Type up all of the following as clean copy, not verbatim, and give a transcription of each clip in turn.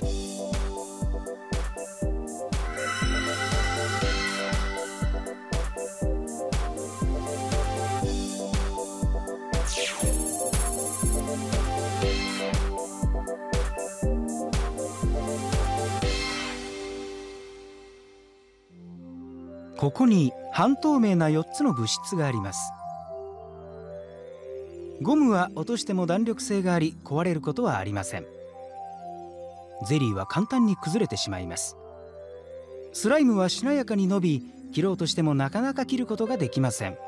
ここに半透明な4つの物質があります。ゴムは落としても弾力性があり壊れることはありません。ゼリーは簡単に崩れてしまいます。スライムはしなやかに伸び、切ろうとしてもなかなか切ることができません。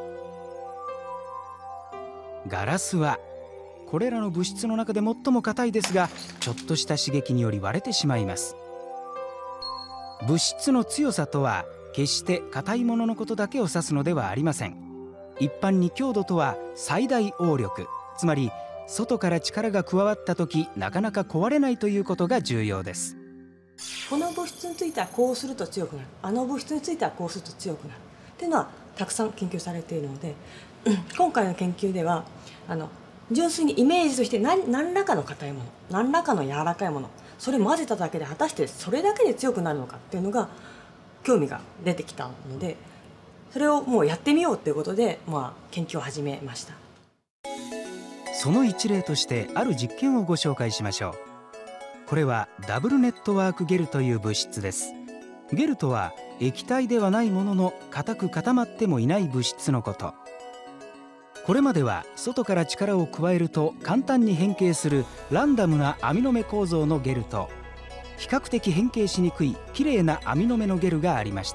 ガラスはこれらの物質の中で最も硬いですが、ちょっとした刺激により割れてしまいます。物質の強さとは決して硬いもののことだけを指すのではありません。一般に強度とは最大応力、つまり外から力が加わった時なかなか壊れないということが重要です。 この物質についてはこうすると強くなる、あの物質についてはこうすると強くなるっていうのはたくさん研究されているので、今回の研究では純粋にイメージとして何らかの硬いもの、何らかの柔らかいもの、それを混ぜただけで果たしてそれだけで強くなるのかっていうのが興味が出てきたので、それをもうやってみようということで、研究を始めました。 その一例としてある実験をご紹介しましょう。これはダブルネットワークゲルという物質です。ゲルとは液体ではないものの硬く固まってもいない物質のこと。これまでは外から力を加えると簡単に変形するランダムな網の目構造のゲルと、比較的変形しにくいきれいな網の目のゲルがありました。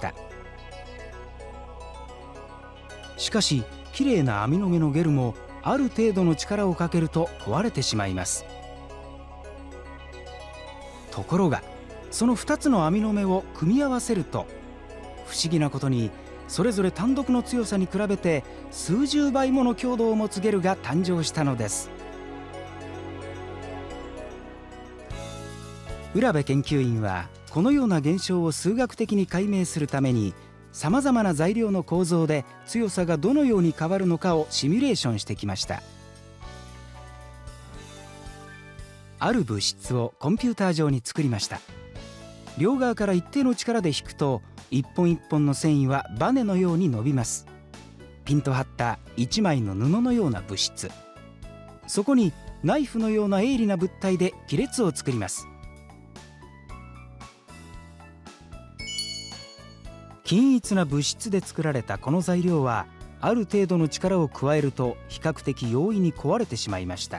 しかしきれいな網の目のゲルもある程度の力をかけると壊れてしまいます。ところがその2つの網の目を組み合わせると、不思議なことにそれぞれ単独の強さに比べて数十倍もの強度を持つゲルが誕生したのです。浦部研究員はこのような現象を数学的に解明するために、さまざまな材料の構造で強さがどのように変わるのかをシミュレーションしてきました。ある物質をコンピューター上に作りました。両側から一定の力で引くと、一本一本の繊維はバネのように伸びます。ピンと張った一枚の布のような物質、そこにナイフのような鋭利な物体で亀裂を作ります。均一な物質で作られたこの材料は、ある程度の力を加えると比較的容易に壊れてしまいました。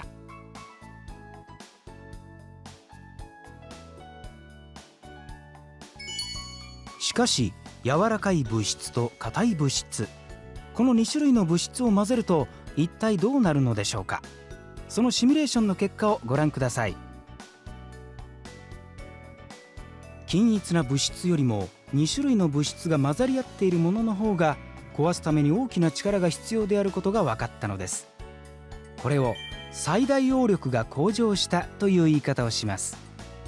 しかし柔らかい物質と硬い物質、この2種類の物質を混ぜると一体どうなるのでしょうか。そのシミュレーションの結果をご覧ください。均一な物質よりも2種類の物質が混ざり合っているものの方が壊すために大きな力が必要であることが分かったのです。これを最大応力が向上したという言い方をします。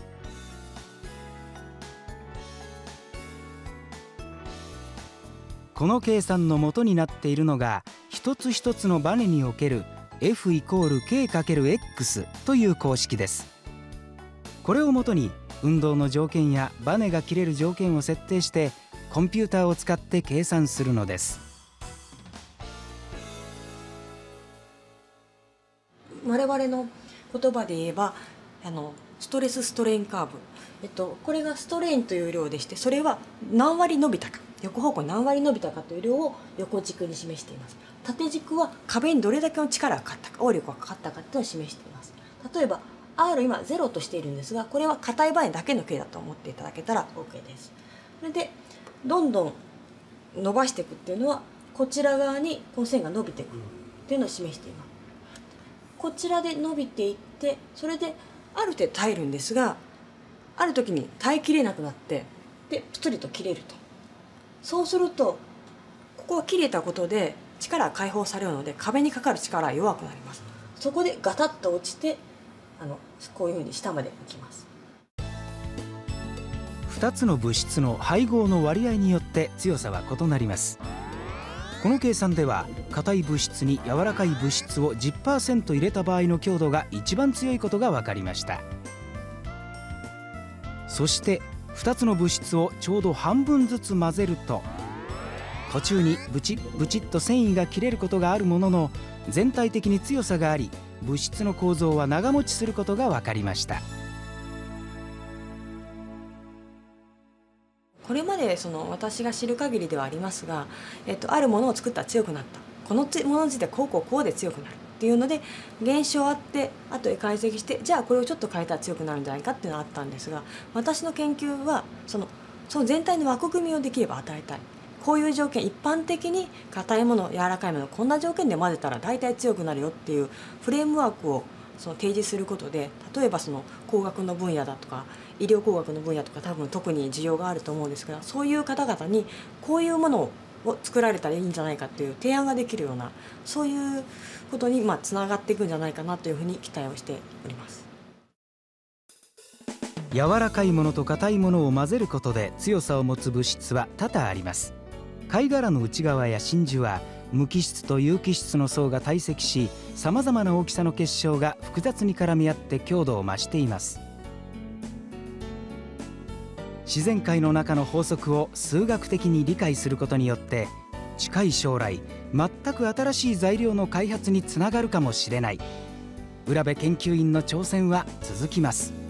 この計算の元になっているのが、一つ一つのバネにおける F=K×X という公式です。これをもとに運動の条件やバネが切れる条件を設定してコンピューターを使って計算するのです。 我々の言葉で言えばストレス・ストレインカーブ、これがストレインという量でして、それは何割伸びたか、横方向に何割伸びたかという量を横軸に示しています。縦軸は壁にどれだけの力がかかったか、応力がかかったかというのを示しています。例えば R 今0としているんですが、これは硬いバネだけの径だと思っていただけたら OK です。それでどんどん伸ばしていくっていうのは、こちら側にこの線が伸びていくっていうのを示しています。こちらで伸びていって、それである程度耐えるんですが、ある時に耐えきれなくなって、でプツリと切れると。そうするとここが切れたことで力が解放されるので、壁にかかる力が弱くなります。そこでガタッと落ちてこういうふうに下まで行きます。 2つの物質の配合の割合によって強さは異なります。この計算では硬い物質に柔らかい物質を 10% 入れた場合の強度が一番強いことが分かりました。 そして2つの物質をちょうど半分ずつ混ぜると、途中にブチッブチッと繊維が切れることがあるものの、全体的に強さがあり、物質の構造は長持ちすることが分かりました。 これまで私が知る限りではありますが、あるものを作ったら強くなった、このもの自体こうで強くなるっていうので現象あって後で解析して、じゃあこれをちょっと変えたら強くなるんじゃないかっていうのがあったんですが、私の研究はその全体の枠組みをできれば与えたい。こういう条件、一般的に硬いもの柔らかいものこんな条件で混ぜたら大体強くなるよっていうフレームワークを提示することで、例えば工学の分野だとか医療工学の分野とか多分特に需要があると思うんですが、そういう方々にこういうものを作られたらいいんじゃないかっていう提案ができるような、そういうことにつながっていくんじゃないかなというふうに期待をしております。 柔らかいものと硬いものを混ぜることで強さを持つ物質は多々あります。貝殻の内側や真珠は無機質と有機質の層が堆積し、さまざまな大きさの結晶が複雑に絡み合って強度を増しています。自然界の中の法則を数学的に理解することによって、近い将来全く新しい材料の開発につながるかもしれない。浦部研究員の挑戦は続きます。